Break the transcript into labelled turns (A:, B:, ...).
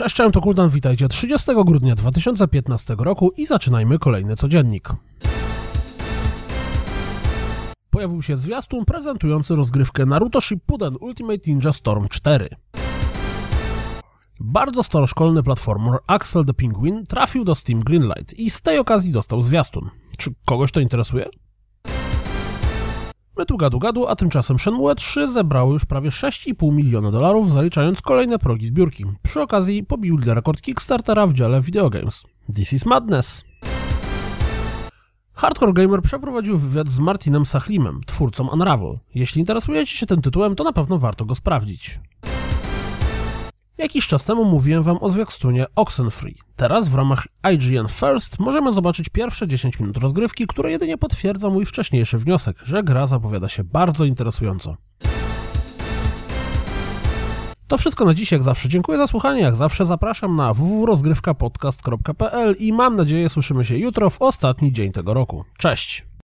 A: Cześć, to Kuldan, witajcie 30 grudnia 2015 roku i zaczynajmy kolejny codziennik. Pojawił się zwiastun prezentujący rozgrywkę Naruto Shippuden Ultimate Ninja Storm 4. Bardzo staroszkolny platformer Axel the Penguin trafił do Steam Greenlight i z tej okazji dostał zwiastun. Czy kogoś to interesuje? My tu gadu, a tymczasem Shenmue 3 zebrało już prawie $6,5 miliona, zaliczając kolejne progi zbiórki. Przy okazji pobił rekord Kickstartera w dziale Video Games. This is madness. Hardcore Gamer przeprowadził wywiad z Martinem Sachlimem, twórcą Unravel. Jeśli interesujecie się tym tytułem, to na pewno warto go sprawdzić. Jakiś czas temu mówiłem wam o zwiastunie Oxenfree. Teraz w ramach IGN First możemy zobaczyć pierwsze 10 minut rozgrywki, które jedynie potwierdza mój wcześniejszy wniosek, że gra zapowiada się bardzo interesująco. To wszystko na dziś, jak zawsze dziękuję za słuchanie, jak zawsze zapraszam na www.rozgrywkapodcast.pl i mam nadzieję słyszymy się jutro w ostatni dzień tego roku. Cześć!